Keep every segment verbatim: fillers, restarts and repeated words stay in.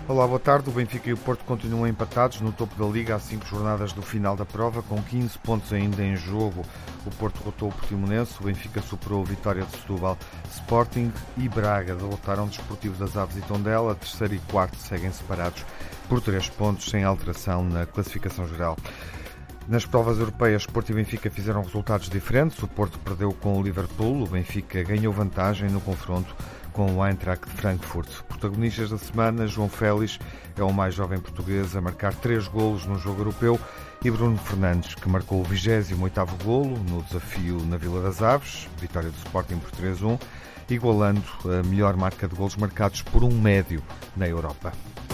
Olá, boa tarde. O Benfica e o Porto continuam empatados no topo da Liga há cinco jornadas do final da prova, com quinze pontos ainda em jogo. O Porto derrotou o Portimonense, o Benfica superou o Vitória de Setúbal. Sporting e Braga derrotaram o Desportivo das Aves e Tondela. Terceiro e quarto seguem separados por três pontos, sem alteração na classificação geral. Nas provas europeias, Porto e Benfica fizeram resultados diferentes. O Porto perdeu com o Liverpool, o Benfica ganhou vantagem no confronto com o Eintracht de Frankfurt. Protagonistas da semana, João Félix é o mais jovem português a marcar três golos no jogo europeu, e Bruno Fernandes, que marcou o vigésimo oitavo golo no desafio na Vila das Aves, vitória do Sporting por três a um, igualando a melhor marca de golos marcados por um médio na Europa.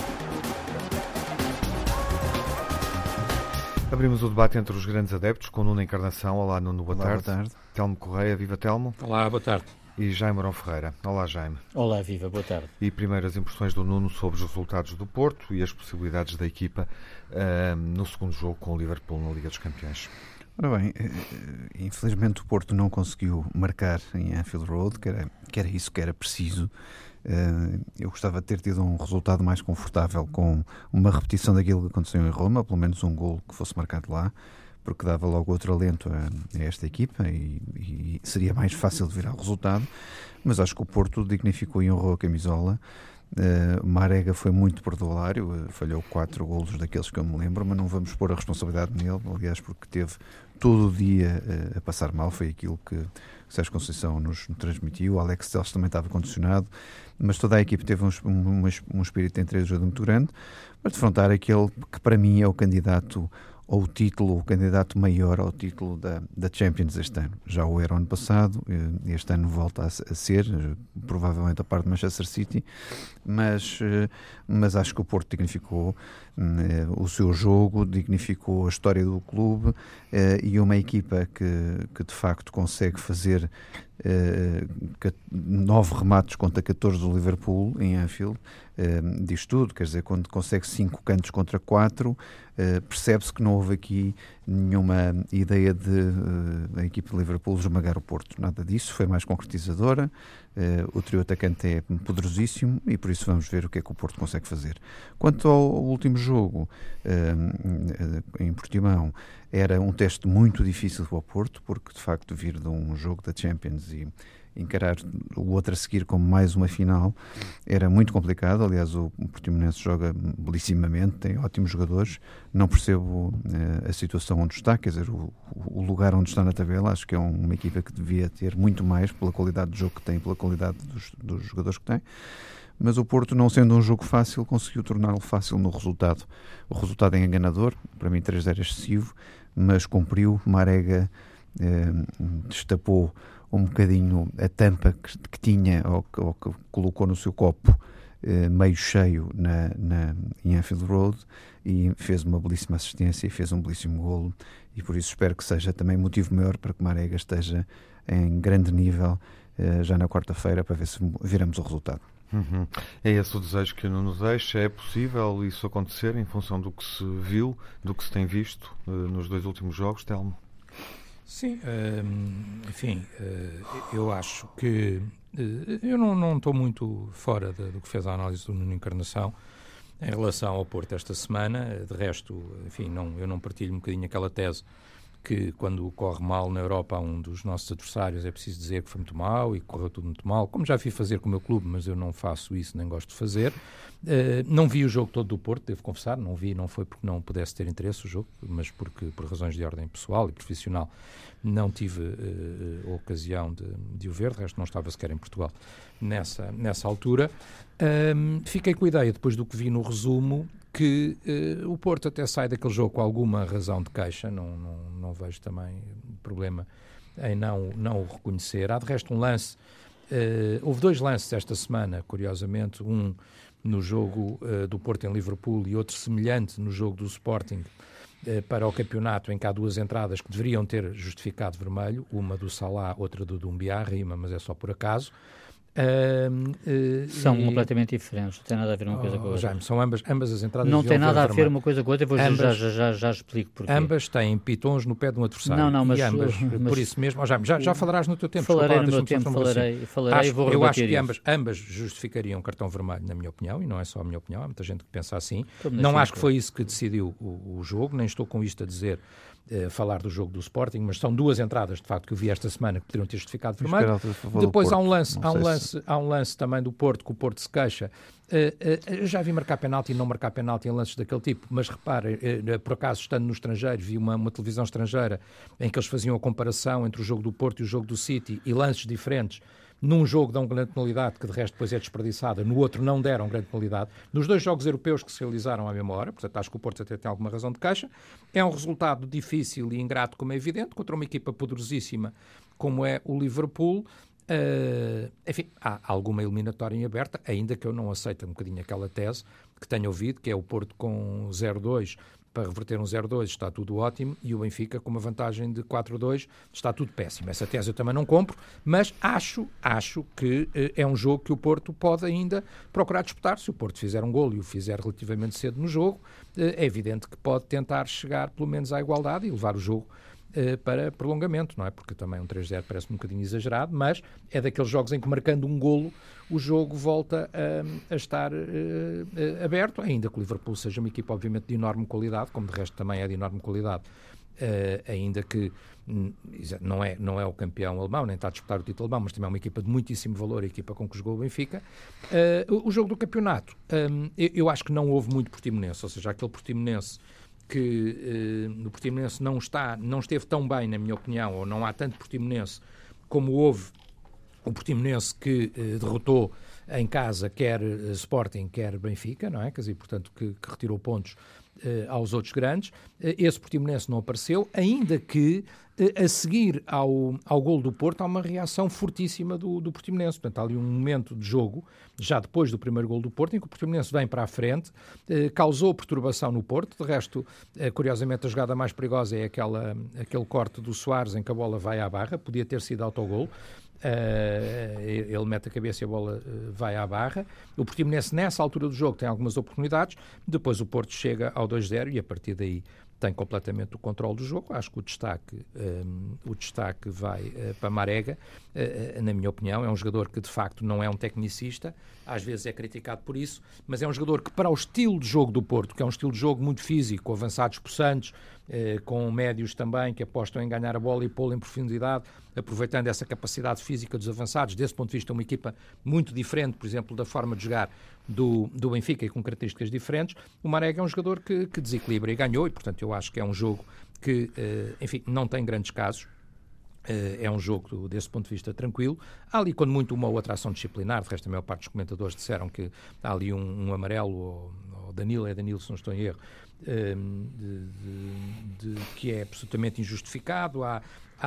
Abrimos o debate entre os grandes adeptos com Nuno Encarnação. Olá, Nuno, boa, Olá, tarde. boa tarde. Telmo Correia, viva Telmo. Olá, boa tarde. E Jaime Arão Ferreira. Olá, Jaime. Olá, viva, boa tarde. E primeiras impressões do Nuno sobre os resultados do Porto e as possibilidades da equipa uh, no segundo jogo com o Liverpool na Liga dos Campeões. Ora bem, infelizmente o Porto não conseguiu marcar em Anfield Road, que era, que era isso que era preciso. Eu gostava de ter tido um resultado mais confortável com uma repetição daquilo que aconteceu em Roma, pelo menos um golo que fosse marcado lá, porque dava logo outro alento a, a esta equipa e, e seria mais fácil de virar o resultado, mas acho que o Porto dignificou e honrou a camisola. Uh, Marega foi muito perdulário, uh, falhou quatro golos daqueles que eu me lembro, mas não vamos pôr a responsabilidade nele, aliás, porque teve todo o dia uh, a passar mal. Foi aquilo que o Sérgio Conceição nos transmitiu. O Alex Telles também estava condicionado, mas toda a equipe teve um, um, um espírito de entrega muito grande para defrontar aquele que para mim é o candidato ao título, o candidato maior ao título da, da Champions este ano. Já o era ano passado, este ano volta a, a ser, provavelmente a parte de Manchester City, mas, mas acho que o Porto dignificou uh, o seu jogo, dignificou a história do clube, uh, e uma equipa que, que de facto consegue fazer uh, nove remates contra catorze do Liverpool em Anfield. Uh, diz tudo, quer dizer, quando consegue cinco cantos contra quatro, uh, percebe-se que não houve aqui nenhuma ideia de uh, da equipe de Liverpool esmagar o Porto, nada disso, foi mais concretizadora. Uh, o trio atacante é poderosíssimo e por isso vamos ver o que é que o Porto consegue fazer. Quanto ao último jogo uh, em Portimão, era um teste muito difícil para o Porto, porque de facto vir de um jogo da Champions e encarar o outro a seguir como mais uma final era muito complicado. Aliás, o Portimonense joga belissimamente, tem ótimos jogadores. Não percebo uh, a situação onde está, quer dizer, o, o lugar onde está na tabela. Acho que é uma equipa que devia ter muito mais pela qualidade do jogo que tem, pela qualidade dos, dos jogadores que tem. Mas o Porto, não sendo um jogo fácil, conseguiu torná-lo fácil no resultado. O resultado é enganador, para mim três era excessivo, mas cumpriu. Marega eh, destapou um bocadinho a tampa que, que tinha, ou que, ou que colocou no seu copo eh, meio cheio na, na, em Anfield Road, e fez uma belíssima assistência e fez um belíssimo golo, e por isso espero que seja também motivo maior para que Marega esteja em grande nível eh, já na quarta-feira, para ver se viramos o resultado. Uhum. É esse o desejo que o Nuno deixa. É possível isso acontecer em função do que se viu, do que se tem visto uh, nos dois últimos jogos, Telmo? Sim, enfim, eu acho que eu não estou muito fora de, do que fez a análise do Nuno Encarnação em relação ao Porto esta semana. De resto, enfim, não, eu não partilho um bocadinho aquela tese que quando corre mal na Europa a um dos nossos adversários é preciso dizer que foi muito mal e que correu tudo muito mal, como já fui fazer com o meu clube, mas eu não faço isso, nem gosto de fazer. Uh, não vi o jogo todo do Porto, devo confessar, não vi, não foi porque não pudesse ter interesse o jogo, mas porque por razões de ordem pessoal e profissional não tive uh, a ocasião de, de o ver, de resto não estava sequer em Portugal nessa, nessa altura. Um, fiquei com a ideia, depois do que vi no resumo, que uh, o Porto até sai daquele jogo com alguma razão de queixa, não, não, não vejo também problema em não, não o reconhecer. Há de resto um lance, uh, houve dois lances esta semana, curiosamente, um no jogo uh, do Porto em Liverpool e outro semelhante no jogo do Sporting uh, para o campeonato, em que há duas entradas que deveriam ter justificado vermelho, uma do Salah, outra do Doumbia, rima, mas é só por acaso. Uh, uh, são e... completamente diferentes, não tem nada a ver uma coisa oh, com a outra. Jaime, são ambas, ambas as entradas. Não tem nada a ver vermelho. uma coisa com a outra, depois ambas, já, já, já, já explico porquê. Ambas têm pitons no pé de um adversário. Não, não, mas, e ambas, mas por isso mesmo, oh, Jaime, já, já falarás no teu tempo. Falarei desculpa, no meu tempo, falarei, falarei acho, e vou Eu acho que isso. ambas, ambas justificariam cartão vermelho, na minha opinião, e não é só a minha opinião, há muita gente que pensa assim. Não acho que foi isso que decidiu o, o jogo, nem estou com isto a dizer... Uh, falar do jogo do Sporting, mas são duas entradas, de facto, que eu vi esta semana que poderiam ter justificado vermelho. Depois há um lance, há um lance, se... há um lance também do Porto, que o Porto se queixa. Uh, uh, já vi marcar penalti e não marcar penalti em lances daquele tipo, mas repare, uh, por acaso, estando no estrangeiro, vi uma, uma televisão estrangeira em que eles faziam a comparação entre o jogo do Porto e o jogo do City e lances diferentes. Num jogo dão grande penalidade, que de resto depois é desperdiçada, no outro não deram grande penalidade. Nos dois jogos europeus que se realizaram à mesma hora, portanto acho que o Porto até tem alguma razão de queixa. É um resultado difícil e ingrato, como é evidente, contra uma equipa poderosíssima como é o Liverpool. Uh, enfim, há alguma eliminatória em aberta, ainda que eu não aceite um bocadinho aquela tese que tenho ouvido, que é o Porto com zero dois para reverter um zero dois está tudo ótimo e o Benfica com uma vantagem de quatro dois está tudo péssimo. Essa tese eu também não compro, mas acho, acho que eh, é um jogo que o Porto pode ainda procurar disputar. Se o Porto fizer um golo e o fizer relativamente cedo no jogo, eh, é evidente que pode tentar chegar pelo menos à igualdade e levar o jogo eh, para prolongamento, não é? Porque também um três zero parece um bocadinho exagerado, mas é daqueles jogos em que marcando um golo o jogo volta a, a estar uh, uh, aberto, ainda que o Liverpool seja uma equipa obviamente de enorme qualidade, como de resto também é de enorme qualidade, uh, ainda que hum, não, é, não é o campeão alemão, nem está a disputar o título alemão, mas também é uma equipa de muitíssimo valor, a equipa com que jogou o Benfica. Uh, o, o jogo do campeonato, um, eu, eu acho que não houve muito Portimonense, ou seja, aquele Portimonense que uh, no Portimonense não, está, não esteve tão bem, na minha opinião, ou não há tanto Portimonense como houve o Portimonense que eh, derrotou em casa quer eh, Sporting, quer Benfica, não é? Quer dizer, portanto, que, que retirou pontos eh, aos outros grandes. Eh, esse Portimonense não apareceu, ainda que eh, a seguir ao, ao golo do Porto há uma reação fortíssima do, do Portimonense. Portanto, há ali um momento de jogo, já depois do primeiro golo do Porto, em que o Portimonense vem para a frente, eh, causou perturbação no Porto. De resto, eh, curiosamente, a jogada mais perigosa é aquela, aquele corte do Soares em que a bola vai à barra, podia ter sido autogolo. Uh, ele mete a cabeça e a bola uh, vai à barra. O Portimonense nessa altura do jogo tem algumas oportunidades, depois o Porto chega ao dois zero e a partir daí tem completamente o controle do jogo. Acho que o destaque, um, o destaque vai uh, para Marega, uh, uh, na minha opinião. É um jogador que de facto não é um tecnicista, às vezes é criticado por isso, mas é um jogador que, para o estilo de jogo do Porto, que é um estilo de jogo muito físico, avançados possantes, uh, com médios também que apostam em ganhar a bola e pô-la em profundidade, aproveitando essa capacidade física dos avançados. Desse ponto de vista, é uma equipa muito diferente, por exemplo, da forma de jogar do, do Benfica e com características diferentes. O Marega é um jogador que, que desequilibra e ganhou, e portanto eu acho que é um jogo que, enfim, não tem grandes casos. É um jogo, desse ponto de vista, tranquilo. Há ali, quando muito, uma outra ação disciplinar. De resto, a maior parte dos comentadores disseram que há ali um, um amarelo, ou, ou Danilo, é Danilo, se não estou em erro, de, de, de, que é absolutamente injustificado. Há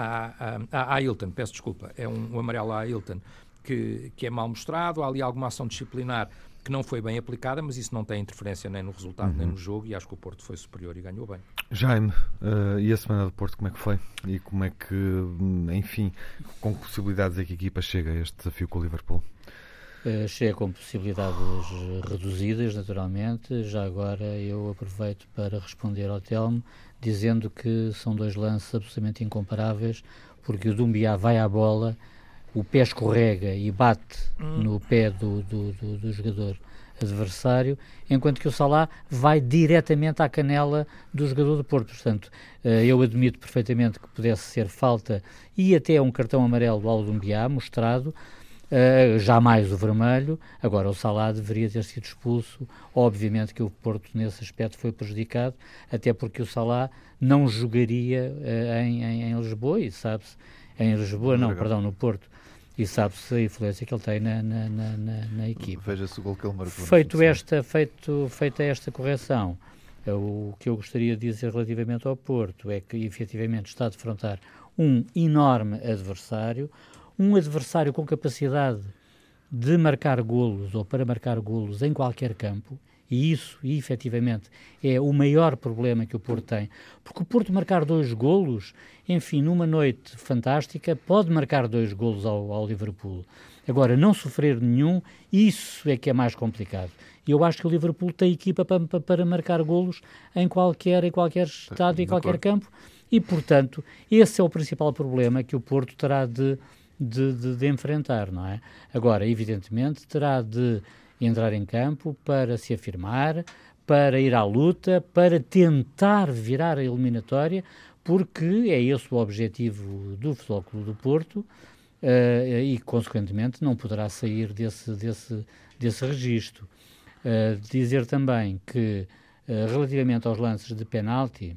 a Ailton, peço desculpa, é um, um amarelo a Ailton que, que é mal mostrado. Há ali alguma ação disciplinar que não foi bem aplicada, mas isso não tem interferência nem no resultado, uhum. nem no jogo, e acho que o Porto foi superior e ganhou bem. Jaime, uh, e a semana do Porto, como é que foi? E como é que, enfim, com que possibilidades é que a equipa chega a este desafio com o Liverpool? Uh, chega com possibilidades reduzidas, naturalmente. Já agora eu aproveito para responder ao Telmo, dizendo que são dois lances absolutamente incomparáveis, porque o Doumbia vai à bola, o pé escorrega e bate hum. no pé do, do, do, do jogador adversário, enquanto que o Salah vai diretamente à canela do jogador do Porto. Portanto, eu admito perfeitamente que pudesse ser falta e até um cartão amarelo ao Doumbia mostrado, Uh, jamais o vermelho. Agora o Salah deveria ter sido expulso. Obviamente que o Porto nesse aspecto foi prejudicado, até porque o Salah não jogaria uh, em, em, em Lisboa, e sabe-se, em Lisboa não, Obrigado. perdão, no Porto, e sabe-se a influência que ele tem na, na, na, na, na equipe. Veja-se o gol que ele marcou. Feito esta, feito, feita esta correção, uh, o que eu gostaria de dizer relativamente ao Porto é que efetivamente está a defrontar um enorme adversário, um adversário com capacidade de marcar golos ou para marcar golos em qualquer campo, e isso, e, efetivamente, é o maior problema que o Porto tem, porque o Porto marcar dois golos, enfim, numa noite fantástica, pode marcar dois golos ao, ao Liverpool. Agora, não sofrer nenhum, isso é que é mais complicado. E eu acho que o Liverpool tem equipa para, para, para marcar golos em qualquer, em qualquer estádio, em qualquer campo, e, portanto, esse é o principal problema que o Porto terá de, de, de, de enfrentar, não é? Agora, evidentemente, terá de entrar em campo para se afirmar, para ir à luta, para tentar virar a eliminatória, porque é esse o objetivo do Futebol Clube do Porto, uh, e, consequentemente, não poderá sair desse, desse, desse registro. Uh, dizer também que, uh, relativamente aos lances de penalti,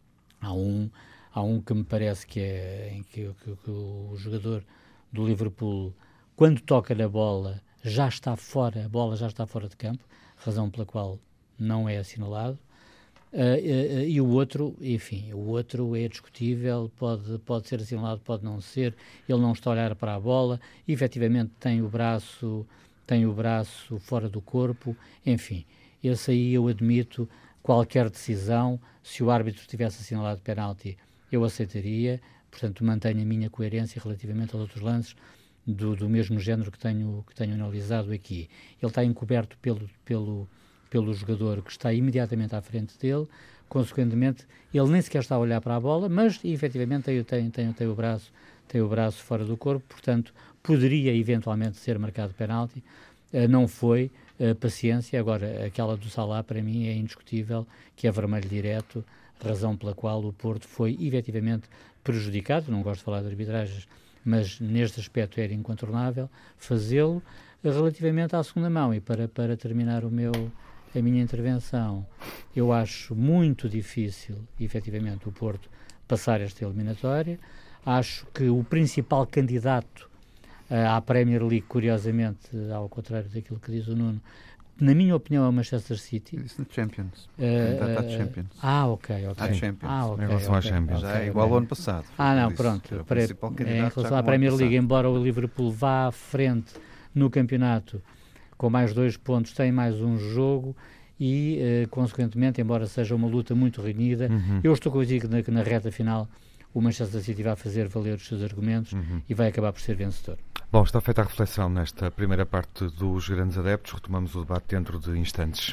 há um, há um que me parece que é em que, que, que o jogador do Liverpool, quando toca na bola, já está fora, a bola já está fora de campo, razão pela qual não é assinalado. Uh, uh, uh, e o outro, enfim, o outro é discutível, pode, pode ser assinalado, pode não ser, ele não está a olhar para a bola, efetivamente tem o braço, tem o braço fora do corpo, enfim, esse aí eu admito, qualquer decisão, se o árbitro tivesse assinalado penalti, eu aceitaria, portanto mantenho a minha coerência relativamente aos outros lances do, do mesmo género que tenho, que tenho analisado aqui. Ele está encoberto pelo, pelo pelo jogador que está imediatamente à frente dele, consequentemente ele nem sequer está a olhar para a bola, mas efetivamente tem, tem, tem, tem, o, braço, tem o braço fora do corpo, portanto poderia eventualmente ser marcado penalti, uh, não foi, uh, paciência. Agora aquela do Salah para mim é indiscutível que é vermelho direto, razão pela qual o Porto foi efetivamente prejudicado. Não gosto de falar de arbitragens, mas neste aspecto era incontornável fazê-lo. Relativamente à segunda mão, e para, para terminar o meu a minha intervenção, eu acho muito difícil, efetivamente, o Porto passar esta eliminatória. Acho que o principal candidato uh, à Premier League, curiosamente, ao contrário daquilo que diz o Nuno, na minha opinião é o Manchester City. Isso na Champions. Uh, Candidato à Champions. Ah, ok, ok. À Champions. Ah, okay, em relação okay, à Champions. Já okay, é igual okay. ao ano passado. Ah, não, Isso, pronto. Para, em relação à Premier League, embora o Liverpool vá à frente no campeonato com mais dois pontos, tem mais um jogo e, uh, consequentemente, embora seja uma luta muito renhida, uhum. eu estou convencido que na, na reta final o Manchester City vai fazer valer os seus argumentos uhum. e vai acabar por ser vencedor. Bom, está feita a reflexão nesta primeira parte dos grandes adeptos. Retomamos o debate dentro de instantes.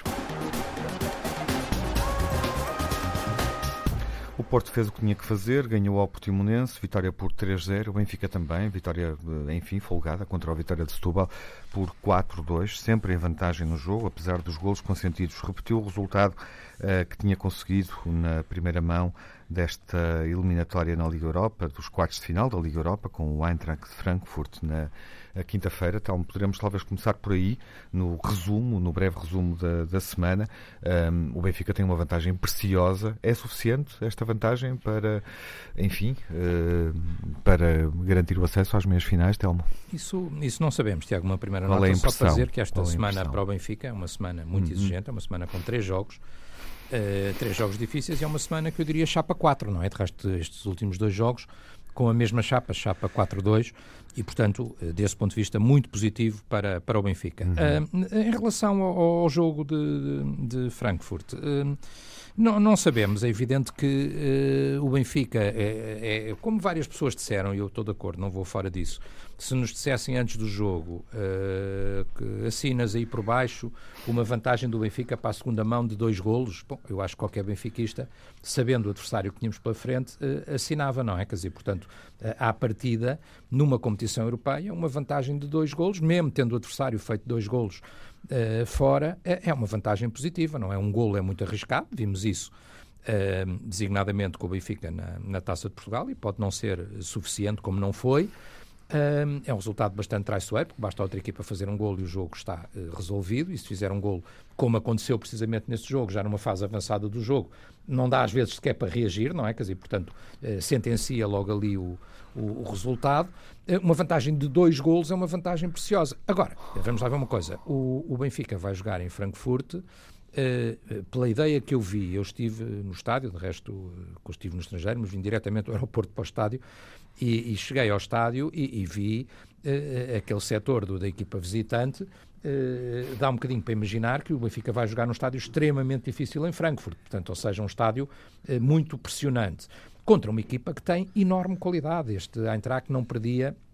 O Porto fez o que tinha que fazer, ganhou ao Portimonense, vitória por três zero, o Benfica também, vitória, enfim, folgada contra a Vitória de Setúbal por quatro dois, sempre em vantagem no jogo, apesar dos golos consentidos. Repetiu o resultado uh, que tinha conseguido na primeira mão desta eliminatória na Liga Europa, dos quartos de final da Liga Europa, com o Eintracht de Frankfurt na quinta-feira. Então, poderemos talvez começar por aí, no resumo, no breve resumo da, da semana. Um, o Benfica tem uma vantagem preciosa. É suficiente esta vantagem para, enfim, uh, para garantir o acesso às meias finais, Telmo? Isso, isso não sabemos, Tiago. Uma primeira Qual nota, é só para dizer que esta Qual semana é para o Benfica é uma semana muito uhum. exigente, é uma semana com três jogos. Uh, três jogos difíceis e é uma semana que eu diria chapa quatro, não é? De resto, estes últimos dois jogos com a mesma chapa, chapa quatro dois, e portanto, desse ponto de vista, muito positivo para, para o Benfica. Uhum. Uh, em relação ao, ao jogo de, de, de Frankfurt, uh, não, não sabemos. É evidente que uh, o Benfica, é, é, como várias pessoas disseram, e eu estou de acordo, não vou fora disso, se nos dissessem antes do jogo uh, que assinas aí por baixo uma vantagem do Benfica para a segunda mão de dois golos, bom, eu acho que qualquer benfiquista, sabendo o adversário que tínhamos pela frente, uh, assinava, não é? Quer dizer, portanto, uh, à partida, numa competição europeia, uma vantagem de dois golos, mesmo tendo o adversário feito dois golos uh, fora, é, é uma vantagem positiva, não é? Um golo é muito arriscado, vimos isso uh, designadamente com o Benfica na, na Taça de Portugal, e pode não ser suficiente como não foi. Um, é um resultado bastante traiçoeiro, porque basta a outra equipa fazer um golo e o jogo está uh, resolvido, e se fizer um golo, como aconteceu precisamente nesse jogo, já numa fase avançada do jogo, não dá às vezes sequer para reagir, não é? Quer dizer, portanto, uh, sentencia logo ali o, o, o resultado. Uh, uma vantagem de dois golos é uma vantagem preciosa. Agora, vamos lá ver uma coisa, o, o Benfica vai jogar em Frankfurt. Uh, pela ideia que eu vi, eu estive no estádio, de resto uh, eu estive no estrangeiro, mas vim diretamente do aeroporto para o estádio e, e cheguei ao estádio e, e vi uh, aquele setor do, da equipa visitante, uh, dá um bocadinho para imaginar que o Benfica vai jogar num estádio extremamente difícil em Frankfurt, portanto, ou seja, um estádio uh, muito pressionante, contra uma equipa que tem enorme qualidade. Este Eintracht não perdia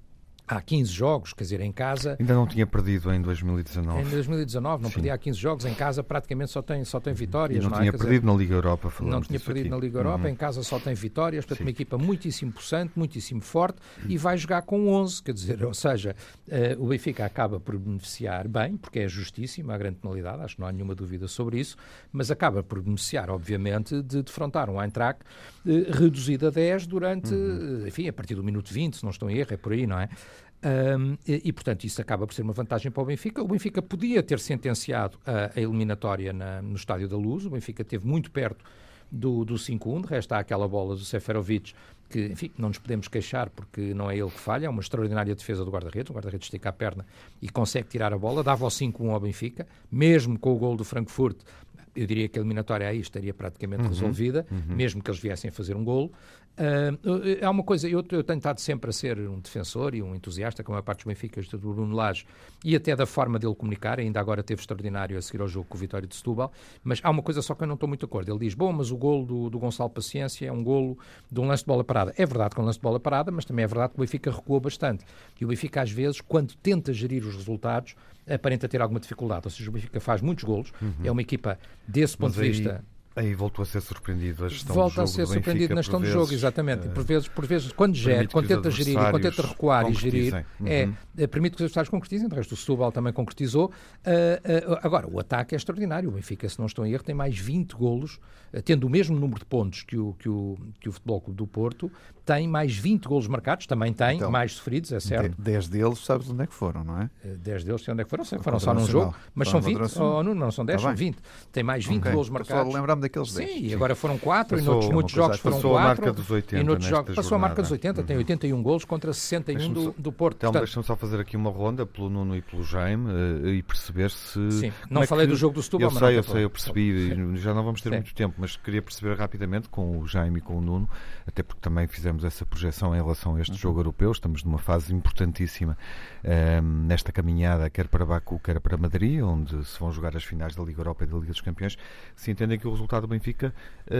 há quinze jogos, quer dizer, em casa... Ainda não tinha perdido em dois mil e dezanove. Em dois mil e dezanove, não Sim. perdia há quinze jogos, em casa praticamente só tem, só tem vitórias. E não, não tinha é? perdido dizer, na Liga Europa. Não tinha perdido aqui. na Liga Europa, uhum. Em casa só tem vitórias, portanto Sim. uma equipa muitíssimo possante, muitíssimo forte, e vai jogar com onze, quer dizer, ou seja, uh, o Benfica acaba por beneficiar bem, porque é justíssimo a grande penalidade, acho que não há nenhuma dúvida sobre isso, mas acaba por beneficiar, obviamente, de defrontar um Eintracht uh, reduzido a dez durante, uhum. enfim, a partir do minuto vinte, se não estou em erro, é por aí, não é? Um, e, e, portanto, isso acaba por ser uma vantagem para o Benfica. O Benfica podia ter sentenciado a, a eliminatória na, no Estádio da Luz. O Benfica esteve muito perto do, do cinco a um. De resto, há aquela bola do Seferovic que, enfim, não nos podemos queixar porque não é ele que falha. É uma extraordinária defesa do guarda-redes. O guarda-redes estica a perna e consegue tirar a bola. Dava o cinco a um ao Benfica, mesmo com o gol do Frankfurt. Eu diria que a eliminatória aí estaria praticamente uhum, resolvida, uhum. mesmo que eles viessem a fazer um golo. Uh, há uma coisa, eu, eu tenho estado sempre a ser um defensor e um entusiasta, como a parte dos Benficas, do Bruno Lage, e até da forma dele comunicar, ainda agora teve extraordinário a seguir ao jogo com o Vitória de Setúbal, mas há uma coisa só que eu não estou muito de acordo. Ele diz, bom, mas o golo do, do Gonçalo Paciência é um golo de um lance de bola parada. É verdade que é um lance de bola parada, mas também é verdade que o Benfica recuou bastante. E o Benfica, às vezes, quando tenta gerir os resultados, aparenta ter alguma dificuldade. Ou seja, o Benfica faz muitos golos, uhum. é uma equipa, desse ponto mas de vista... Aí... Aí voltou a ser surpreendido a gestão Volta do jogo a ser do surpreendido Benfica, na gestão do vezes, jogo, exatamente. Uh, por, vezes, por vezes, quando gera, quando tenta gerir, quando tenta recuar e gerir, uhum. é, permite que os adversários concretizem. De resto, o Setúbal também concretizou. Uh, uh, agora, o ataque é extraordinário. O Benfica, se não estou em erro, tem mais vinte golos, uh, tendo o mesmo número de pontos que o, que o, que o Futebol Clube do Porto, tem mais vinte golos marcados, também tem, então, mais sofridos, é certo. dez deles, sabes onde é que foram, não é? dez deles, sei onde é que foram, sei, foram só num jogo, mas são vinte, oh, não, não são dez, tá são vinte. Tem mais vinte okay. golos marcados. Só lembrar-me daqueles dez. Sim, e agora foram quatro, e noutros muitos jogos foram quatro. Passou a marca dos oitenta. E noutros jogos passou jornada. a marca dos oitenta, uhum. tem oitenta e um golos contra sessenta e um do, do Porto. Então, portanto, deixa-me só fazer aqui uma ronda pelo Nuno e pelo Jaime uh, e perceber se... Sim, não é falei que... do jogo do Setúbal, eu mas sei, não eu sei, eu percebi, Sim. já não vamos ter Sim. muito tempo, mas queria perceber rapidamente com o Jaime e com o Nuno, até porque também fizemos essa projeção em relação a este uhum. jogo europeu. Estamos numa fase importantíssima um, nesta caminhada, quer para Baku, quer para Madrid, onde se vão jogar as finais da Liga Europa e da Liga dos Campeões. Se entendem que o resultado do Benfica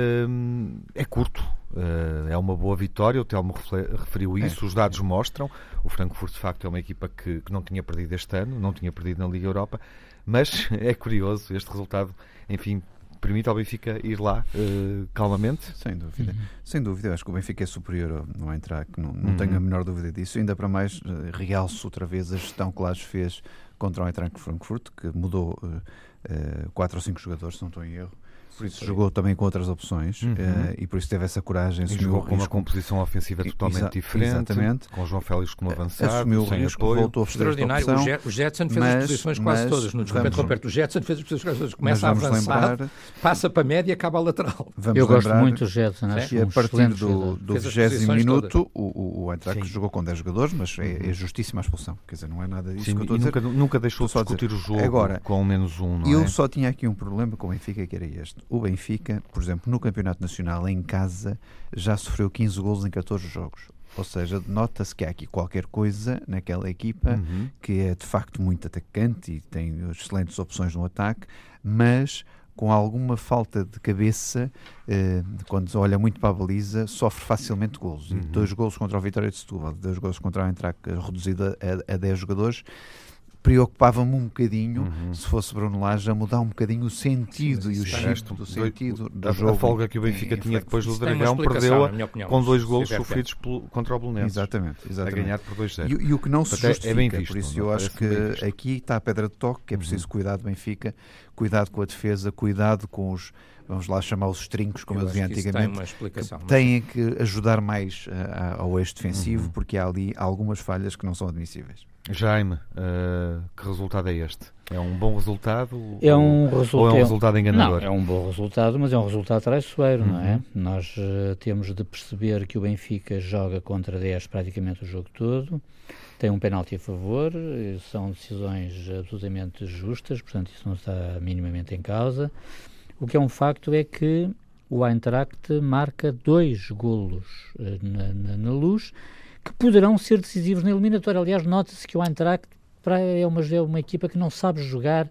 um, é curto, uh, é uma boa vitória, o Telmo referiu isso, é. Os dados mostram. O Frankfurt, de facto, é uma equipa que, que não tinha perdido este ano, não tinha perdido na Liga Europa, mas é curioso este resultado, enfim, permite ao Benfica ir lá uh, calmamente? Sem dúvida. Uhum. Sem dúvida. Eu acho que o Benfica é superior ao Eintracht, não, não uhum. tenho a menor dúvida disso. Ainda para mais, uh, realço outra vez a gestão que Lage fez contra o Eintracht Frankfurt, que mudou uh, uh, quatro ou cinco jogadores, se não estou em erro. Por isso Sim. jogou também com outras opções uhum. uh, e por isso teve essa coragem. E jogou com uma composição ofensiva totalmente Exa- diferente, exatamente. Com o João Félix como avançado, assumiu o risco, apoio. voltou a fazer extraordinário. opção, o Jetson fez mas, as posições quase mas, todas. No desculpa, Roberto, o Jetson fez as posições quase todas. Começa a avançar, lembrar, passa para a média e acaba a lateral. Vamos Eu gosto muito do Jetson. Acho que a partir do, do vigésimo minuto o, o Eintracht jogou com dez jogadores, mas é, é justíssima a expulsão. Quer dizer, não é nada disso Sim, que eu estou a dizer. Nunca, nunca deixou de discutir o jogo Agora, com menos um, não eu é? só tinha aqui um problema com o Benfica, que era este. O Benfica, por exemplo, no Campeonato Nacional, em casa, já sofreu quinze golos em catorze jogos. Ou seja, nota-se que há aqui qualquer coisa naquela equipa uhum. que é de facto muito atacante e tem excelentes opções no ataque, mas com alguma falta de cabeça, eh, quando olha muito para a baliza, sofre facilmente golos. Uhum. E dois golos contra o Vitória de Setúbal, dois golos contra o Eintracht, reduzido a, a dez jogadores, preocupava-me um bocadinho, uhum. se fosse Bruno Lage, a mudar um bocadinho o sentido Sim, e o shift do sentido do a, jogo. A folga que o Benfica tinha depois do Dragão perdeu-a com dois golos sofridos pelo, contra o Belenenses. Exatamente, exatamente. A ganhar por dois a zero. E, e o que não se justifica, é bem visto, por isso eu acho que aqui está a pedra de toque, que é preciso uhum. cuidar do Benfica, cuidado com a defesa, cuidado com os, vamos lá chamar os trincos, como eu, eu dizia antigamente, tem uma explicação, que têm que ajudar mais uh, ao eixo defensivo, uhum. porque há ali algumas falhas que não são admissíveis. Jaime, uh, que resultado é este? É um bom resultado é um ou, resulta... ou é um resultado enganador? Não, é um bom resultado, mas é um resultado traiçoeiro, uhum. não é? Nós uh, temos de perceber que o Benfica joga contra dez praticamente o jogo todo, tem um penalti a favor, são decisões absolutamente justas, portanto isso não está minimamente em causa. O que é um facto é que o Eintracht marca dois golos uh, na, na, na Luz, que poderão ser decisivos na eliminatória. Aliás, nota-se que o Eintracht é uma, é uma equipa que não sabe jogar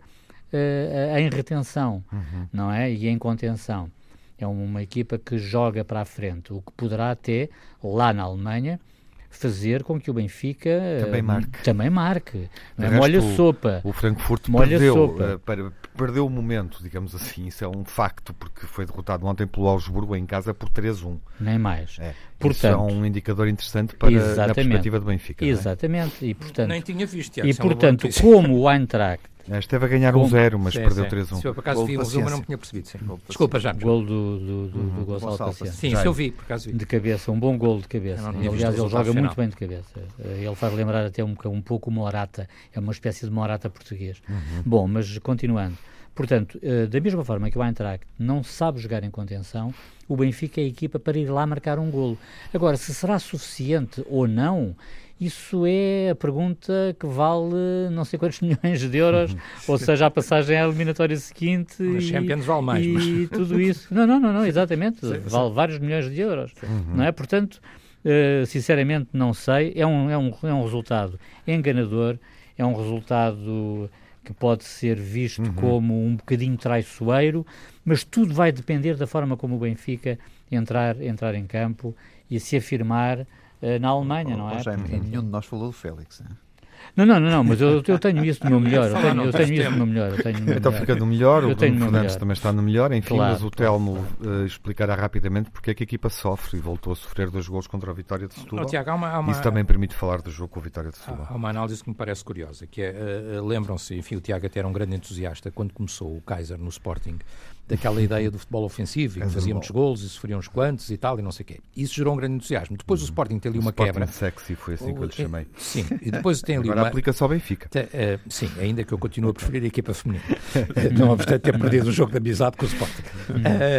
uh, em retenção, uhum. não é? E em contenção. É uma equipa que joga para a frente, o que poderá até, lá na Alemanha, fazer com que o Benfica também marque. Também marque. Não molha sopa. O Frankfurt molha perdeu, sopa. Uh, para, perdeu o momento, digamos assim. Isso é um facto, porque foi derrotado ontem pelo Augsburgo em casa por três a um. Nem mais. É. Portanto, isso é um indicador interessante para a perspectiva do Benfica. Exatamente. Não é? E, portanto, Nem tinha visto, Tiago, e portanto, como o Eintracht esteve a ganhar um zero, mas sim, perdeu sim. três a um. Se eu por acaso vi o resumo, mas não tinha percebido. Sim. Desculpa, já. O gol do, do, do, uhum. do Gonçalo Paciência. Sim, isso eu vi, por acaso vi. De cabeça, um bom gol de cabeça. Aliás, ele joga muito bem de cabeça. Ele faz lembrar até um, um pouco o Morata. É uma espécie de Morata português. Uhum. Bom, mas continuando. Portanto, da mesma forma que o Eintracht não sabe jogar em contenção, o Benfica é a equipa para ir lá marcar um golo. Agora, se será suficiente ou não, isso é a pergunta que vale não sei quantos milhões de euros, ou seja, a passagem à eliminatória seguinte e, Champions vale mais, e mas... tudo isso. Não, não, não, não exatamente, sim, vale sim. vários milhões de euros, uhum. não é? Portanto, uh, sinceramente não sei, é um, é, um, é um resultado enganador, é um resultado que pode ser visto uhum. como um bocadinho traiçoeiro, mas tudo vai depender da forma como o Benfica entrar, entrar em campo e se afirmar uh, na Alemanha, oh, não é? Jaime, nenhum de nós falou do Félix, não é? Não, não, não, não, mas eu, eu tenho isso no meu melhor, eu tenho, eu tenho isso no meu melhor. Eu tenho no então melhor. Fica no melhor, o eu Bruno Fernandes também está no melhor, enfim, claro, mas o Telmo uh, explicará rapidamente porque é que a equipa sofre e voltou a sofrer dois golos contra a Vitória de Setúbal. Oh, Tiago, há uma, há uma... Isso também permite falar do jogo com a Vitória de Setúbal. Há uma análise que me parece curiosa, que é, uh, lembram-se, enfim, o Tiago até era um grande entusiasta quando começou o Kaiser no Sporting, daquela ideia do futebol ofensivo, e que fazia muitos golos e sofriam uns quantos e tal, e não sei o quê. Isso gerou um grande entusiasmo. Depois o Sporting tem ali o uma Sporting quebra. Sexy, foi assim que eu lhe chamei. Sim, e depois tem ali Agora uma... aplica-se ao Benfica. Te, uh, sim, ainda que eu continuo a preferir a equipa feminina. Não obstante ter perdido o jogo de amizade com o Sporting. Uh,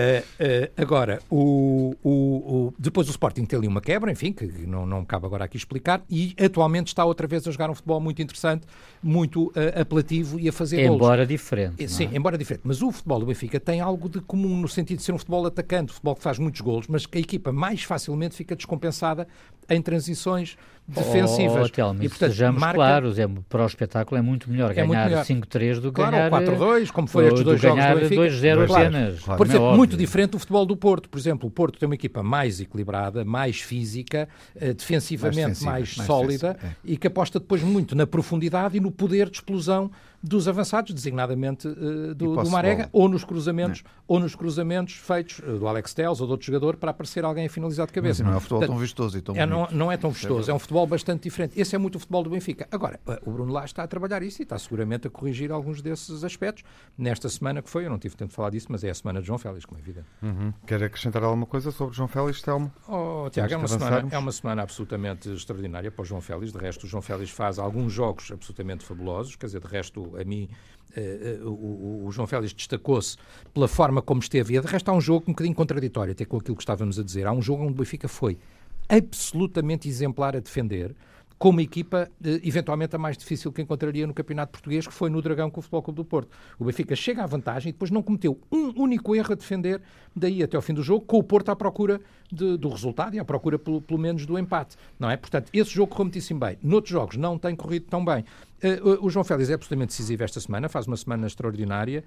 uh, agora, o, o, o, depois o Sporting tem ali uma quebra, enfim, que não, não me cabe agora aqui explicar, e atualmente está outra vez a jogar um futebol muito interessante, muito uh, apelativo e a fazer golos. Embora diferente. Sim, é? embora diferente. Mas o futebol do Benfica tem algo de comum no sentido de ser um futebol atacante, um futebol que faz muitos golos, mas que a equipa mais facilmente fica descompensada em transições defensivas. Oh, Telmo, e, portanto, sejamos marca... claros, é, para o espetáculo é muito melhor é ganhar cinco três do que claro, ganhar quatro dois, como foi estes dois jogos do Benfica. dois zero claro, apenas. Claro. Por exemplo, é muito diferente do futebol do Porto. Por exemplo, o Porto tem uma equipa mais equilibrada, mais física, uh, defensivamente mais, mais, mais sólida é. E que aposta depois muito na profundidade e no poder de explosão dos avançados, designadamente uh, do, do Marega, ou nos cruzamentos, é. ou nos cruzamentos feitos uh, do Alex Telles ou de outro jogador para aparecer alguém a finalizar de cabeça. Mas não é um futebol Portanto, tão vistoso e tão é, não, não é tão vistoso, é um futebol bastante diferente. Esse é muito o futebol do Benfica. Agora, o Bruno Lage está a trabalhar isso e está seguramente a corrigir alguns desses aspectos. Nesta semana que foi, eu não tive tempo de falar disso, mas é a semana de João Félix, como é evidente. Uhum. Quer acrescentar alguma coisa sobre João Félix, Telmo? Oh, Tiago, é uma, semana, é uma semana absolutamente extraordinária para o João Félix. De resto, o João Félix faz alguns jogos absolutamente fabulosos. Quer dizer, de resto, a mim... Uh, uh, o, o João Félix destacou-se pela forma como esteve, e de resto há um jogo um bocadinho contraditório até com aquilo que estávamos a dizer. Há um jogo onde o Benfica foi absolutamente exemplar a defender, com uma equipa uh, eventualmente a mais difícil que encontraria no Campeonato Português, que foi no Dragão com o Futebol Clube do Porto. O Benfica chega à vantagem e depois não cometeu um único erro a defender daí até ao fim do jogo, com o Porto à procura de, do resultado e à procura pelo, pelo menos do empate, não é? Portanto, esse jogo correu muitíssimo bem. Noutros jogos não tem corrido tão bem. Uh, o João Félix é absolutamente decisivo esta semana, faz uma semana extraordinária.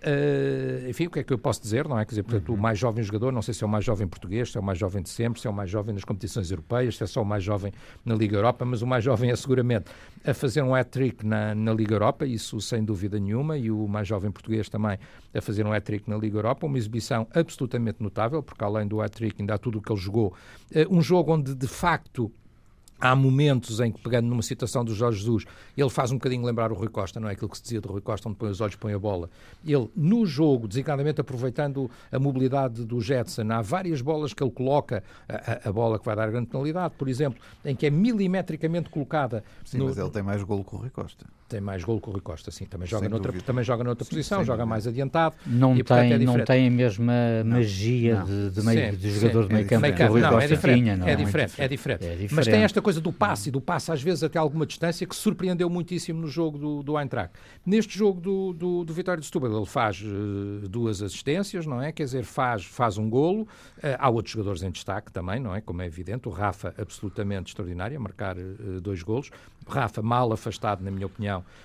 Uh, enfim, o que é que eu posso dizer, não é? Quer dizer, portanto, uhum. o mais jovem jogador, não sei se é o mais jovem português, se é o mais jovem de sempre, se é o mais jovem nas competições europeias, se é só o mais jovem na Liga Europa, mas o mais jovem é seguramente a fazer um hat-trick na, na Liga Europa, isso sem dúvida nenhuma, e o mais jovem português também a fazer um hat-trick na Liga Europa, uma exibição absolutamente notável, porque além do hat-trick ainda há tudo o que ele jogou. Uh, um jogo onde, de facto, há momentos em que, pegando numa citação do Jorge Jesus, ele faz um bocadinho lembrar o Rui Costa, não é aquilo que se dizia do Rui Costa, onde põe os olhos, põe a bola. Ele, no jogo, designadamente aproveitando a mobilidade do Jetson, há várias bolas que ele coloca, a, a bola que vai dar grande penalidade, por exemplo, em que é milimetricamente colocada... Sim, no... mas ele tem mais golo que o Rui Costa. Tem mais golo que o Rui Costa, sim. Também joga, noutra, também joga noutra sim, posição, joga dúvida. mais adiantado. Não, e, tem, é não tem a mesma não. magia não. de, de, meio, sim, de jogador sim. de meio campo é que o Rui não, Costa é diferente, tinha. Não, é, diferente, é, diferente. é diferente. Mas tem esta coisa do passe, e do passe às vezes até alguma distância, que surpreendeu muitíssimo no jogo do, do Eintracht. Neste jogo do, do, do Vitória de Setúbal, ele faz uh, duas assistências, não é? Quer dizer, faz, faz um golo. Uh, há outros jogadores em destaque também, não é? Como é evidente. O Rafa, absolutamente extraordinário, a marcar uh, dois golos. O Rafa, mal afastado, na minha opinião,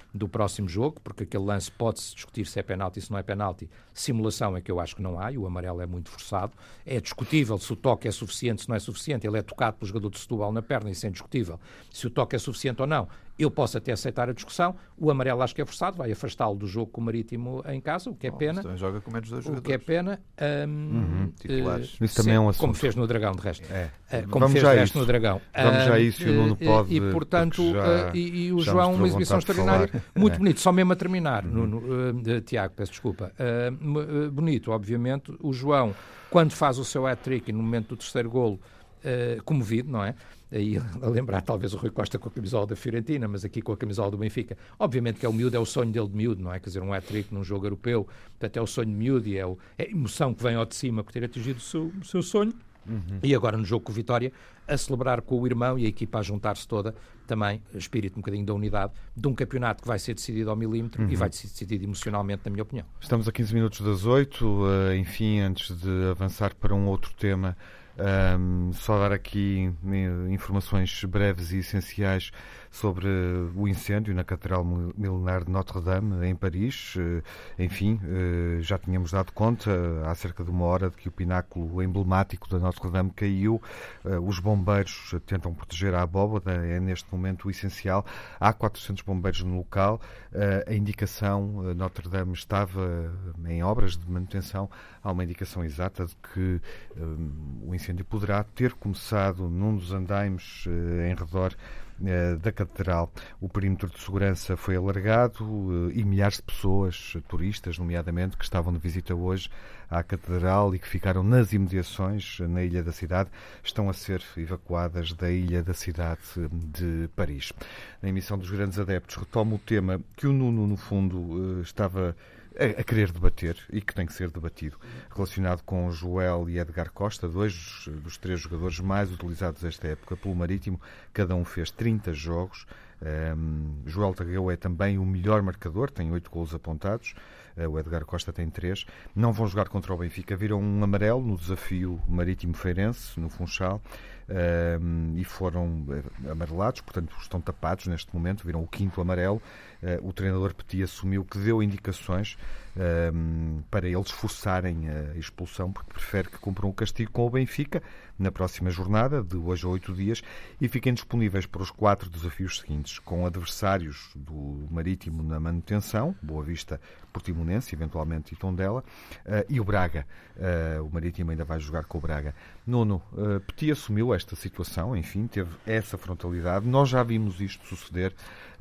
do próximo jogo, porque aquele lance pode-se discutir se é penalti e se não é penalti. Simulação é que eu acho que não há, e o amarelo é muito forçado. É discutível se o toque é suficiente, se não é suficiente. Ele é tocado pelo jogador de Setúbal na perna, isso é indiscutível. Se o toque é suficiente ou não, eu posso até aceitar a discussão. O amarelo acho que é forçado, vai afastá-lo do jogo com o Marítimo em casa, o que é pena. Então joga com menos dois jogadores. O que é pena. Um, uhum, titulares. Uh, isso também é um assunto. Como fez no Dragão, de resto. É. Uh, como Vamos fez já de resto isso. no Dragão. Vamos já a isso, e o Nuno pode. E, portanto, já, uh, e, e o João, uma exibição extraordinária, muito é. bonito, só mesmo a terminar. Uhum. Nuno, uh, Tiago, peço desculpa. Uh, uh, bonito, obviamente. O João, quando faz o seu hat-trick, no momento do terceiro golo, uh, comovido, não é? Aí a lembrar talvez o Rui Costa com a camisola da Fiorentina, mas aqui com a camisola do Benfica. Obviamente que é o miúdo, é o sonho dele de miúdo, não é? Quer dizer, um hat-trick num jogo europeu, portanto é o sonho de miúdo e é, o, é a emoção que vem ao de cima por ter atingido o seu, o seu sonho. Uhum. E agora no jogo com o Vitória, a celebrar com o irmão e a equipa a juntar-se toda, também espírito um bocadinho da unidade, de um campeonato que vai ser decidido ao milímetro uhum. e vai ser decidido emocionalmente, na minha opinião. Estamos a quinze minutos das oito, uh, enfim, antes de avançar para um outro tema, Um, só dar aqui informações breves e essenciais sobre o incêndio na Catedral Milenar de Notre-Dame, em Paris. Enfim, já tínhamos dado conta há cerca de uma hora de que o pináculo emblemático da Notre-Dame caiu. Os bombeiros tentam proteger a abóbada, é neste momento o essencial. Há quatrocentos bombeiros no local. A indicação, Notre-Dame estava em obras de manutenção, há uma indicação exata de que um, o incêndio poderá ter começado num dos andaimes uh, em redor uh, da Catedral. O perímetro de segurança foi alargado uh, e milhares de pessoas, turistas nomeadamente, que estavam de visita hoje à Catedral e que ficaram nas imediações, na Ilha da Cidade, estão a ser evacuadas da Ilha da Cidade de Paris. Na emissão dos Grandes Adeptos, retomo o tema que o Nuno, no fundo, uh, estava a querer debater e que tem que ser debatido, relacionado com Joel e Edgar Costa, dois dos três jogadores mais utilizados esta época pelo Marítimo. Cada um fez trinta jogos. Um, Joel Tagueu é também o melhor marcador, tem oito golos apontados. Uh, o Edgar Costa tem três. Não vão jogar contra o Benfica. Viram um amarelo no desafio Marítimo-Feirense, no Funchal, um, e foram amarelados, portanto estão tapados neste momento. Viram o quinto amarelo. Uh, o treinador Petit assumiu que deu indicações um, para eles forçarem a expulsão, porque prefere que cumpram o castigo com o Benfica na próxima jornada, de hoje a oito dias, e fiquem disponíveis para os quatro desafios seguintes, com adversários do Marítimo na manutenção, Boa Vista, Portimonense, eventualmente, e Tondela, uh, e o Braga. Uh, o Marítimo ainda vai jogar com o Braga. Nuno, uh, Petit assumiu esta situação, enfim, teve essa frontalidade. Nós já vimos isto suceder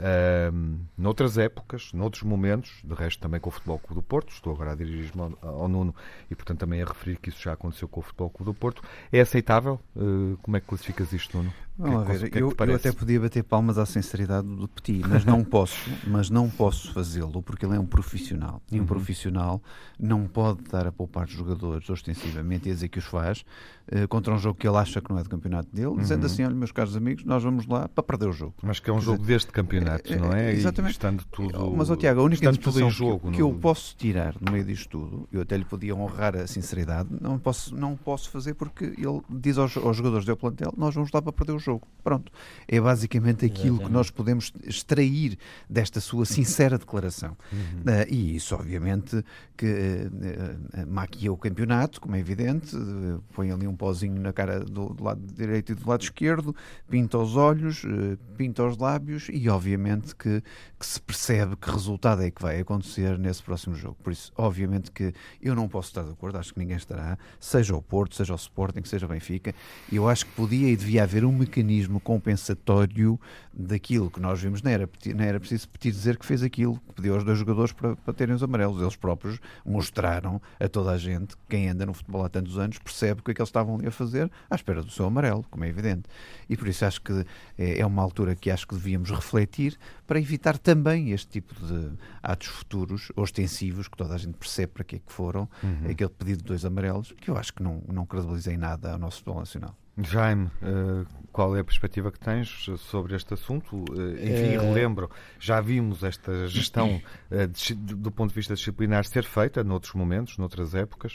uh, noutras épocas, noutros momentos, de resto também com o Futebol Clube do Porto. Estou agora a dirigir-me ao, ao Nuno e, portanto, também a referir que isso já aconteceu com o Futebol Clube do Porto. É aceitável? Uh, como é que classificas isto, Nuno? Vamos que é, ver, que é eu, eu até podia bater palmas à sinceridade do Petit, mas não posso, mas não posso fazê-lo porque ele é um profissional. E um uhum. profissional não pode dar a poupar jogadores ostensivamente e a dizer que os faz uh, contra um jogo que ele acha que não é do campeonato dele, uhum. dizendo assim: olha, meus caros amigos, nós vamos lá para perder o jogo. Mas que é um Quer jogo dizer, deste campeonato, não é? Exatamente. E estando tudo, mas, oh, Tiago, a única tudo em jogo, que, que eu posso tirar no meio disto tudo, eu até lhe podia honrar a sinceridade, não posso, não posso fazer porque ele diz aos, aos jogadores do plantel: nós vamos lá para perder o jogo. Pronto. É basicamente aquilo Exatamente. que nós podemos extrair desta sua sincera declaração. Uhum. Uh, e isso, obviamente, que uh, uh, maquia o campeonato, como é evidente, uh, põe ali um pozinho na cara do, do lado direito e do lado esquerdo, pinta os olhos, uh, pinta os lábios e, obviamente, que, que se percebe que resultado é que vai acontecer nesse próximo jogo. Por isso, obviamente que eu não posso estar de acordo, acho que ninguém estará, seja o Porto, seja o Sporting, seja o Benfica. Eu acho que podia e devia haver um mecanismo compensatório daquilo que nós vimos. Não era, não era preciso Petit dizer que fez aquilo, que pediu aos dois jogadores para, para terem os amarelos. Eles próprios mostraram a toda a gente, quem anda no futebol há tantos anos, percebe que é que eles estavam ali a fazer à espera do seu amarelo, como é evidente. E por isso acho que é, é uma altura que acho que devíamos refletir para evitar também este tipo de atos futuros ostensivos, que toda a gente percebe para que é que foram, uhum. aquele pedido de dois amarelos, que eu acho que não, não credibilizei nada ao nosso futebol nacional. Jaime, uh, qual é a perspectiva que tens sobre este assunto? Uh, enfim, é... relembro, já vimos esta gestão uh, de, do ponto de vista disciplinar ser feita noutros momentos, noutras épocas,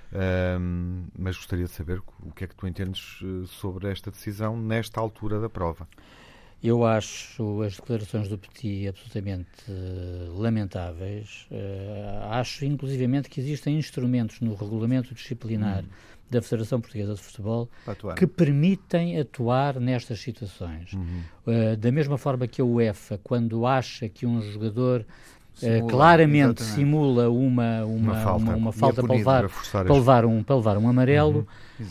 uh, mas gostaria de saber o que é que tu entendes uh, sobre esta decisão nesta altura da prova. Eu acho as declarações do Petit absolutamente uh, lamentáveis. Uh, acho, inclusivamente, que existem instrumentos no regulamento disciplinar hum. da Federação Portuguesa de Futebol que permitem atuar nestas situações. Uhum. Uh, da mesma forma que a UEFA, quando acha que um jogador Simula, uh, claramente exatamente. simula uma, uma, uma falta, uma, uma falta para, levar, para, levar um, para levar um amarelo, uhum.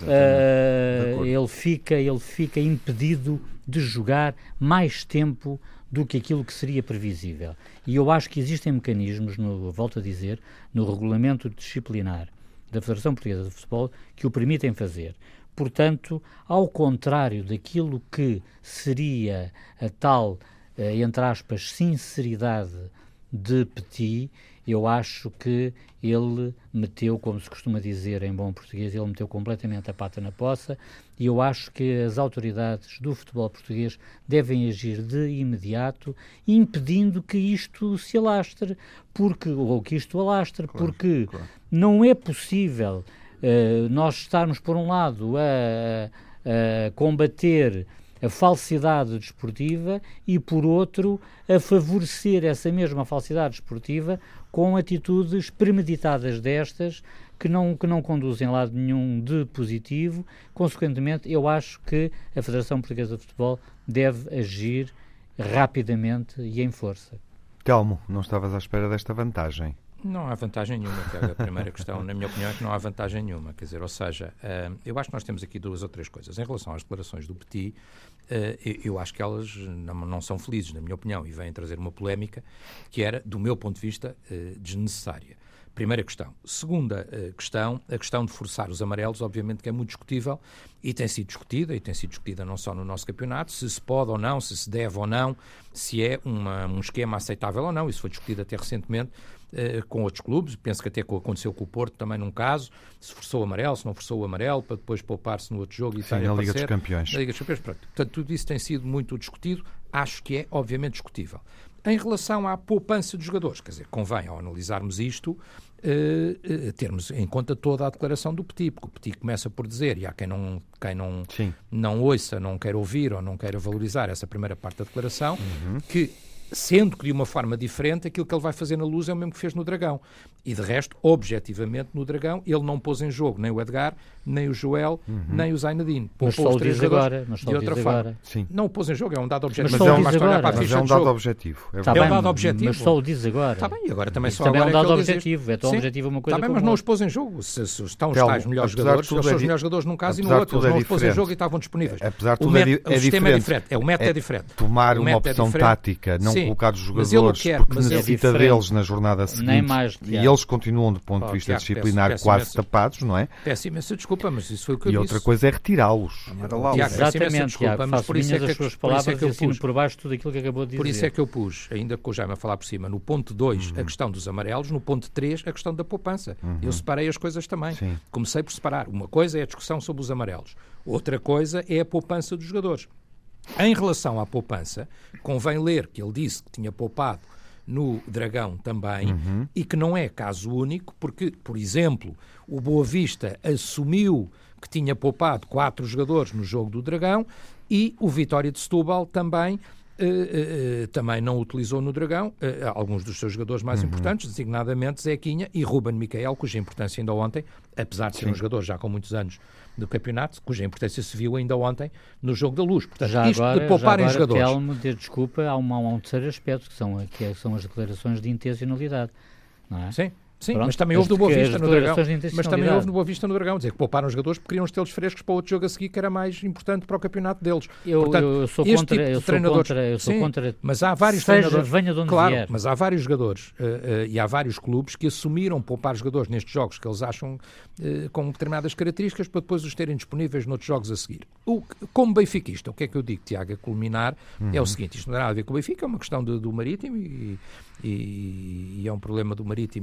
uh, ele, fica, ele fica impedido de jogar mais tempo do que aquilo que seria previsível. E eu acho que existem mecanismos, no, volto a dizer, no regulamento disciplinar da Federação Portuguesa de Futebol que o permitem fazer. Portanto, ao contrário daquilo que seria a tal, eh, entre aspas, sinceridade de Petit, eu acho que ele meteu, como se costuma dizer em bom português, ele meteu completamente a pata na poça, e eu acho que as autoridades do futebol português devem agir de imediato, impedindo que isto se alastre, porque, ou que isto alastre, claro, porque claro. não é possível uh, nós estarmos, por um lado, a, a combater a falsidade desportiva e, por outro, a favorecer essa mesma falsidade desportiva com atitudes premeditadas destas que não, que não conduzem a lado nenhum de positivo. Consequentemente, eu acho que a Federação Portuguesa de Futebol deve agir rapidamente e em força. Telmo, não estavas à espera desta vantagem? Não há vantagem nenhuma, Tiago. A primeira questão, na minha opinião, é que não há vantagem nenhuma. Quer dizer, ou seja, uh, eu acho que nós temos aqui duas ou três coisas. Em relação às declarações do Petit, uh, eu, eu acho que elas não, não são felizes, na minha opinião, e vêm trazer uma polémica que era, do meu ponto de vista, uh, desnecessária. Primeira questão. Segunda uh, questão, a questão de forçar os amarelos, obviamente que é muito discutível e tem sido discutida, e tem sido discutida não só no nosso campeonato, se se pode ou não, se se deve ou não, se é uma, um esquema aceitável ou não. Isso foi discutido até recentemente uh, com outros clubes. Penso que até aconteceu com o Porto também num caso, se forçou o amarelo, se não forçou o amarelo, para depois poupar-se no outro jogo e Sim, na Liga dos Campeões. Na Liga dos Campeões, pronto. Portanto, tudo isso tem sido muito discutido. Acho que é, obviamente, discutível. Em relação à poupança dos jogadores, quer dizer, convém, ao analisarmos isto, uh, uh, termos em conta toda a declaração do Petit, porque o Petit começa por dizer, e há quem não, quem não, não ouça, não queira ouvir ou não queira valorizar essa primeira parte da declaração, uhum. que, sendo que de uma forma diferente, aquilo que ele vai fazer na Luz é o mesmo que fez no Dragão. E de resto, objetivamente, no Dragão, ele não pôs em jogo nem o Edgar, nem o Joel, uhum. nem o Zainadine. Mas só o diz agora. Mas só de outra forma. Agora. Sim. Não o pôs em jogo, é um dado objetivo. Mas, mas, é, um, para a mas é um dado objetivo. É, tá bem, é um dado objetivo. Mas só o diz agora. Está bem, e agora também Isso só também agora é um dado é objetivo. É tão Sim. objetivo uma coisa Está bem, como mas não outra. os pôs em jogo. Se, se estão os Telmo, tais melhores jogadores, eles são os melhores jogadores num caso e no outro. Eles não os pôs em jogo e estavam disponíveis. Apesar de tudo, o sistema é diferente. O método é diferente. Tomar uma opção tática, não colocar os jogadores porque necessita deles na jornada seguinte e eles continuam do ponto de vista disciplinar quase tapados, não é? Peço imensa desculpa, mas isso foi o que eu disse. E outra coisa é retirá-los. Exatamente, Tiago, faço minhas as suas palavras e assino por baixo tudo aquilo que acabou de dizer. Por isso é que eu pus, ainda com o Jaime a falar por cima, no ponto dois uhum. a questão dos amarelos, no ponto três a questão da poupança. Uhum. Eu separei as coisas também. Sim. Comecei por separar. Uma coisa é a discussão sobre os amarelos. Outra coisa é a poupança dos jogadores. Em relação à poupança, convém ler que ele disse que tinha poupado no Dragão também, uhum. e que não é caso único, porque, por exemplo, o Boa Vista assumiu que tinha poupado quatro jogadores no jogo do Dragão e o Vitória de Setúbal também, uh, uh, também não utilizou no Dragão uh, alguns dos seus jogadores mais uhum. importantes, designadamente Zequinha e Ruben Micael, cuja importância ainda ontem, apesar de ser Sim. um jogador já com muitos anos do campeonato, cuja importância se viu ainda ontem no jogo da Luz. Portanto, já isto agora, de pouparem já agora, jogadores... Telmo, de desculpa, há, uma, há um terceiro aspecto, que são, que são as declarações de intencionalidade. Não é? Sim. Sim, Pronto, mas também houve no Boa Vista no Dragão. Mas também houve no Boa Vista no Dragão, dizer que pouparam os jogadores porque queriam tê-los frescos para o outro jogo a seguir, que era mais importante para o campeonato deles. Eu, Portanto, eu sou contra, tipo eu sou contra, eu sou sim, contra. Mas há vários seja, treinadores, venha de onde claro, vier. mas há vários jogadores uh, uh, e há vários clubes que assumiram poupar jogadores nestes jogos que eles acham uh, com determinadas características para depois os terem disponíveis noutros jogos a seguir. O, como benfiquista, o que é que eu digo, Tiago, a culminar uhum. é o seguinte: isto não tem nada a ver com o Benfica, é uma questão de, do Marítimo e, e, e é um problema do Marítimo e da sua gestão.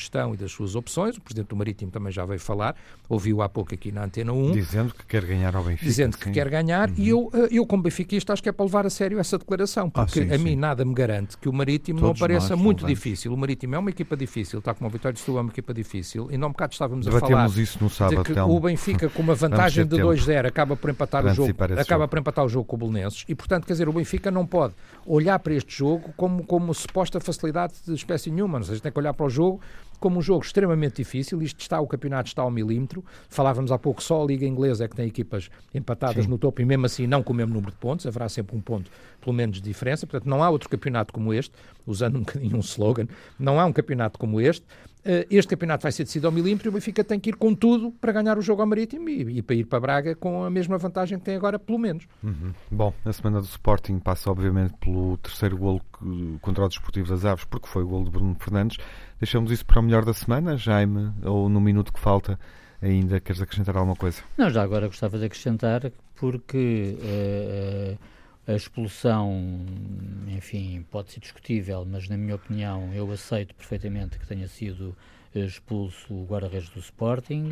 gestão e das suas opções. O Presidente do Marítimo também já veio falar, ouviu há pouco aqui na Antena um. Dizendo que quer ganhar ao Benfica. Dizendo que sim. quer ganhar, uhum. e eu, eu como benfiquista acho que é para levar a sério essa declaração, porque ah, sim, a mim sim. nada me garante que o Marítimo Todos não pareça muito levamos. difícil. O Marítimo é uma equipa difícil, está como o Vitória de Setúbal é uma equipa difícil, e não um bocado estávamos a falar isso no sábado, de que então. o Benfica com uma vantagem de dois zero acaba por empatar o jogo, acaba jogo. por empatar o jogo com o Belenenses, e portanto, quer dizer, o Benfica não pode olhar para este jogo como, como suposta facilidade de espécie nenhuma, ou seja, tem que olhar para o jogo como um jogo extremamente difícil. Isto está, o campeonato está ao milímetro. Falávamos há pouco, só a Liga Inglesa é que tem equipas empatadas Sim. no topo, e mesmo assim não com o mesmo número de pontos, haverá sempre um ponto pelo menos de diferença. Portanto, não há outro campeonato como este, usando um bocadinho um slogan, não há um campeonato como este. Este campeonato vai ser decidido ao milímetro e o Benfica tem que ir com tudo para ganhar o jogo ao Marítimo e, e para ir para Braga com a mesma vantagem que tem agora, pelo menos. Uhum. Bom, a semana do Sporting passa obviamente pelo terceiro golo contra o Desportivo das Aves, porque foi o golo de Bruno Fernandes. Deixamos isso para o melhor da semana, Jaime, ou no minuto que falta ainda queres acrescentar alguma coisa? Não, já agora gostava de acrescentar, porque uh, a expulsão, enfim, pode ser discutível, mas na minha opinião eu aceito perfeitamente que tenha sido expulso o guarda-redes do Sporting,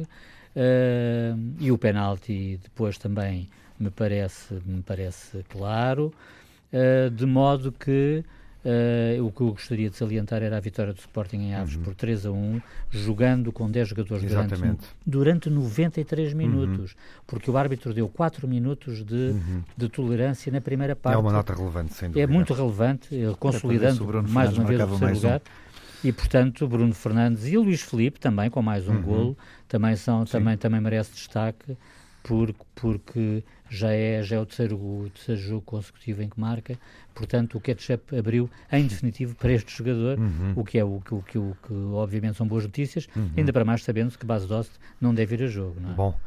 uh, e o penalti depois também me parece, me parece claro, uh, de modo que Uh, o que eu gostaria de salientar era a vitória do Sporting em Aves uhum. por três a um, jogando com dez jogadores durante, durante noventa e três minutos, uhum. porque o árbitro deu quatro minutos de, uhum. de tolerância na primeira parte. É uma nota relevante, sem dúvida. É muito relevante, consolidando mais uma vez o terceiro lugar. Um. E, portanto, Bruno Fernandes e o Luís Filipe, também com mais um uhum. golo, também, são, também, também merece destaque, porque, porque já, é, já é o terceiro, o terceiro jogo consecutivo em que marca. Portanto, o ketchup abriu em definitivo para este jogador, uhum. o, que é, o, que, o, que, o que obviamente são boas notícias, uhum. ainda para mais sabendo que Bas Dost não deve ir a jogo. Não é? Bom,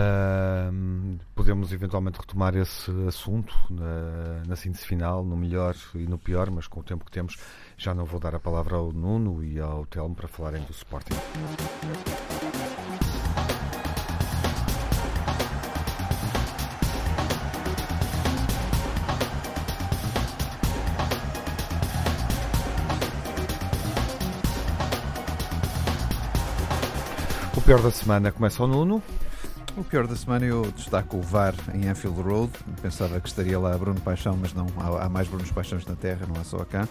uh, podemos eventualmente retomar esse assunto na, na síntese final, no melhor e no pior, mas com o tempo que temos já não vou dar a palavra ao Nuno e ao Telmo para falarem do Sporting. O pior da semana começa ao Nuno. O pior da semana eu destaco o V A R em Anfield Road. Pensava que estaria lá Bruno Paixão, mas não, há, há mais Brunos Paixões na Terra, não há só cá.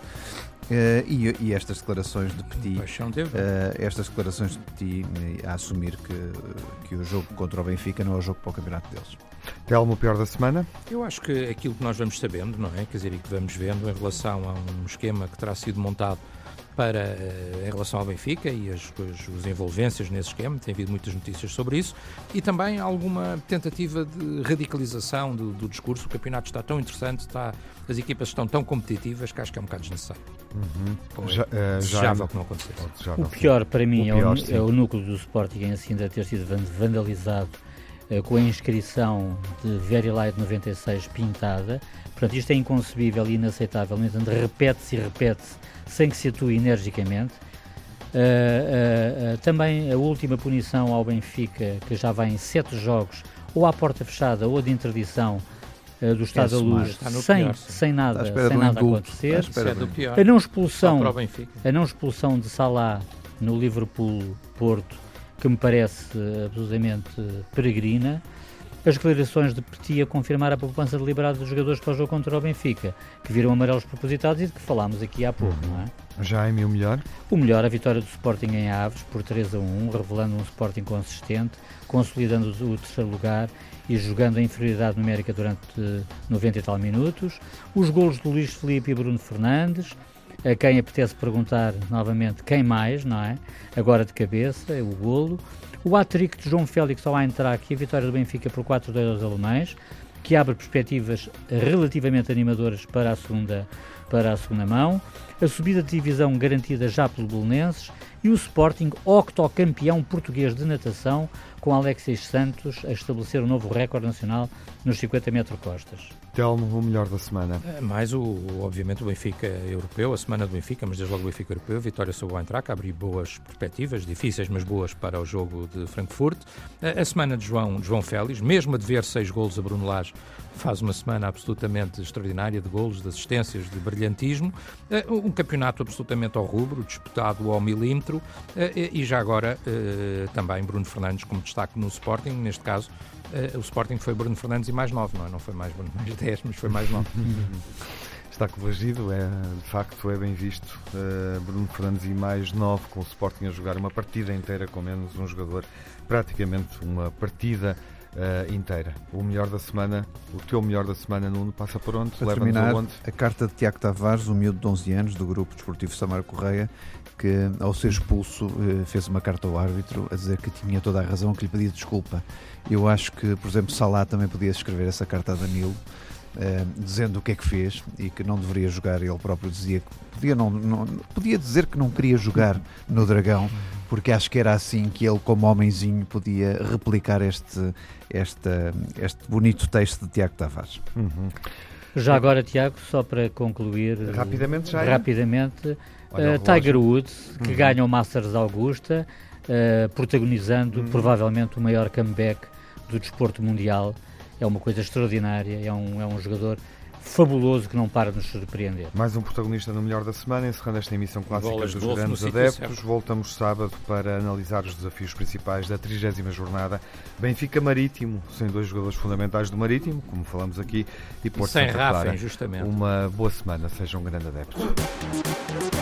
Uh, e, e estas declarações de Petit, uh, estas declarações de Petit uh, a assumir que, que o jogo contra o Benfica não é o jogo para o campeonato deles. Telmo, o pior da semana? Eu acho que aquilo que nós vamos sabendo, não é? Quer dizer, e que vamos vendo em relação a um esquema que terá sido montado para, em relação ao Benfica e as, as, as envolvências nesse esquema, tem havido muitas notícias sobre isso, e também alguma tentativa de radicalização do, do discurso. O campeonato está tão interessante, está, as equipas estão tão competitivas que acho que é um bocado desnecessário. Uhum. Já, uh, desejável que não acontecesse. O pior para mim o pior, é, o, é o núcleo do Sporting em Sintra ter sido vandalizado uh, com a inscrição de Very Light noventa e seis pintada. Portanto, isto é inconcebível e inaceitável. No entanto, repete-se e repete-se sem que se atue energicamente. Uh, uh, uh, também a última punição ao Benfica, que já vai em sete jogos, ou à porta fechada ou de interdição uh, do Estado da Luz, sem, pior, sem nada, sem nada acontecer. É a não expulsão, a não expulsão de Salah no Liverpool-Porto, que me parece uh, absolutamente uh, peregrina. As declarações de Petit a confirmar a poupança deliberada dos jogadores para o jogo contra o Benfica, que viram amarelos propositados e de que falámos aqui há pouco, não é? Jaime, o melhor? O melhor, a vitória do Sporting em Aves, por três a um, revelando um Sporting consistente, consolidando o terceiro lugar e jogando a inferioridade numérica durante noventa e tal minutos. Os golos de Luís Filipe e Bruno Fernandes, a quem apetece perguntar novamente quem mais, não é? Agora de cabeça, é o golo. O hat-trick de João Félix ao Eintracht e a vitória do Benfica por quatro a dois aos alemães, que abre perspectivas relativamente animadoras para a segunda, para a segunda mão. A subida de divisão garantida já pelo Belenenses e o Sporting octocampeão português de natação, com Alexis Santos a estabelecer um novo recorde nacional nos cinquenta metros costas. Telmo, o melhor da semana? É, mais, o, obviamente, o Benfica europeu, a semana do Benfica, mas desde logo o Benfica europeu, vitória sobre o Eintracht, abre boas perspectivas, difíceis, mas boas para o jogo de Frankfurt. A, a semana de João, João Félix, mesmo a dever seis golos a Bruno Lage, faz uma semana absolutamente extraordinária de golos, de assistências, de brilhantes brilhantismo, uh, um campeonato absolutamente ao rubro, disputado ao milímetro, uh, e já agora uh, também Bruno Fernandes como destaque no Sporting, neste caso uh, o Sporting foi Bruno Fernandes e mais nove, não é? Não foi mais Bruno mais dez, mas foi mais nove. Está corrigido, é, de facto é bem visto. Uh, Bruno Fernandes e mais nove, com o Sporting a jogar uma partida inteira com menos um jogador, praticamente uma partida uh, inteira. O melhor da semana, o teu melhor da semana, Nuno, passa por onde? Para terminar, a carta de Tiago Tavares, um miúdo de onze anos, do Grupo Desportivo Samar Correia, que ao ser expulso fez uma carta ao árbitro a dizer que tinha toda a razão, que lhe pedia desculpa. Eu acho que, por exemplo, Salah também podia escrever essa carta a Danilo, Uh, dizendo o que é que fez e que não deveria jogar. Ele próprio dizia que podia, não, não, podia dizer que não queria jogar no Dragão, porque acho que era assim que ele, como homenzinho, podia replicar este, este, este bonito texto de Tiago Tavares. Uhum. Já agora, Tiago, só para concluir rapidamente, já rapidamente uh, Tiger Woods, que uhum. ganha o Masters Augusta, uh, protagonizando uhum. provavelmente o maior comeback do desporto mundial. É uma coisa extraordinária, é um, é um jogador fabuloso que não para de nos surpreender. Mais um protagonista no melhor da semana, encerrando esta emissão clássica dos grandes adeptos. Voltamos sábado para analisar os desafios principais da trigésima jornada. Benfica Marítimo, sem dois jogadores fundamentais do Marítimo, como falamos aqui, e Porto sem Santa Rafa, Clara. Justamente. Uma boa semana, seja um grande adepto.